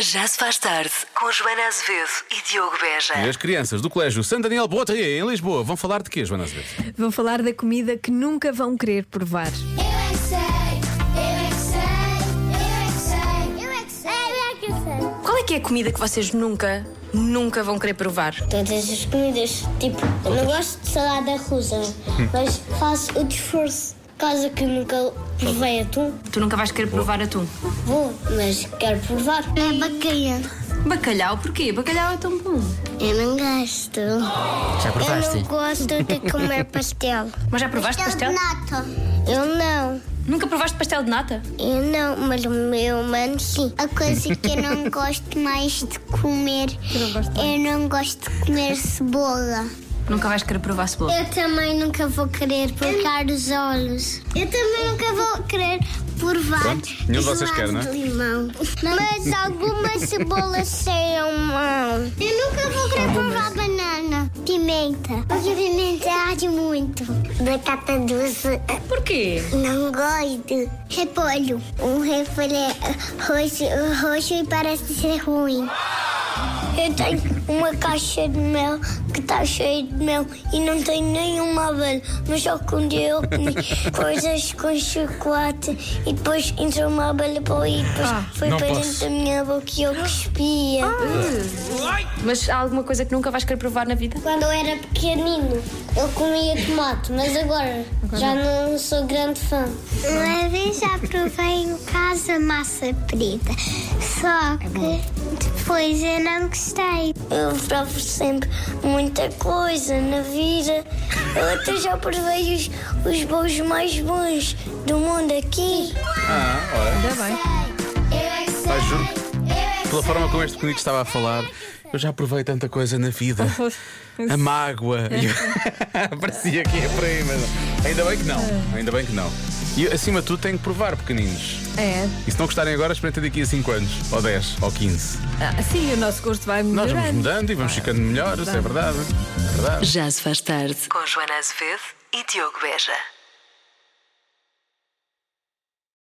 Já se faz tarde com Joana Azevedo e Diogo Beja. E as crianças do Colégio São Daniel Boatria, em Lisboa, vão falar de quê, Joana Azevedo? Vão falar da comida que nunca vão querer provar. Eu é que sei, eu é que sei, eu é que sei, eu é que sei, eu é que sei. Qual é que é a comida que vocês nunca vão querer provar? Todas as comidas, tipo, eu não gosto de salada russa, mas faço o esforço. Caso que nunca provei atum, Tu nunca vais querer provar atum? vou, mas quero provar. É bacalhau. Bacalhau, porquê? Bacalhau é tão bom. Eu não gosto. Já provaste? Eu não gosto de comer pastel. Mas já provaste pastel? de nata. Eu não. Nunca provaste pastel de nata? Eu não, mas o meu mano sim. A coisa que eu não gosto mais de comer, eu não gosto de comer cebola. Nunca vais querer provar cebola? Eu também nunca vou querer picar os olhos. Eu também nunca vou querer provar Pronto, nenhum de vocês quer, não é? de limão. Mas algumas cebolas são mau. Eu nunca vou querer provar banana. Pimenta. Porque pimenta arde muito. Batata doce. Porquê? Não gosto. Repolho. Um repolho é roxo e parece ser ruim. Eu tenho uma caixa de mel que está cheia de mel e não tem nenhuma abelha. Mas só que um dia eu comi coisas com chocolate e depois entrou uma abelha para aí e depois foi não para posso. dentro da minha boca e eu cuspia. Mas há alguma coisa que nunca vais querer provar na vida? Quando eu era pequenino, eu comia tomate, mas agora já não sou grande fã. Uma vez já provei em casa massa preta, só que depois eu não gostei. Eu provo sempre muita coisa na vida. Eu até já provei os bolos mais bons do mundo aqui. Ainda bem. Pá, juro, pela forma como este pequenito estava a falar, eu já provei tanta coisa na vida. A mágoa. Parecia que ia por aí, mas ainda bem que não. Ainda bem que não. E acima de tudo tenho que provar, pequeninos. É. E se não gostarem agora, experimentem daqui a 5 anos, ou 10, ou 15. Sim, o nosso gosto vai Nós melhorando. vamos mudando e vamos ficando melhores, é verdade. É verdade. Já se faz tarde com Joana Azevedo e Diogo Beja.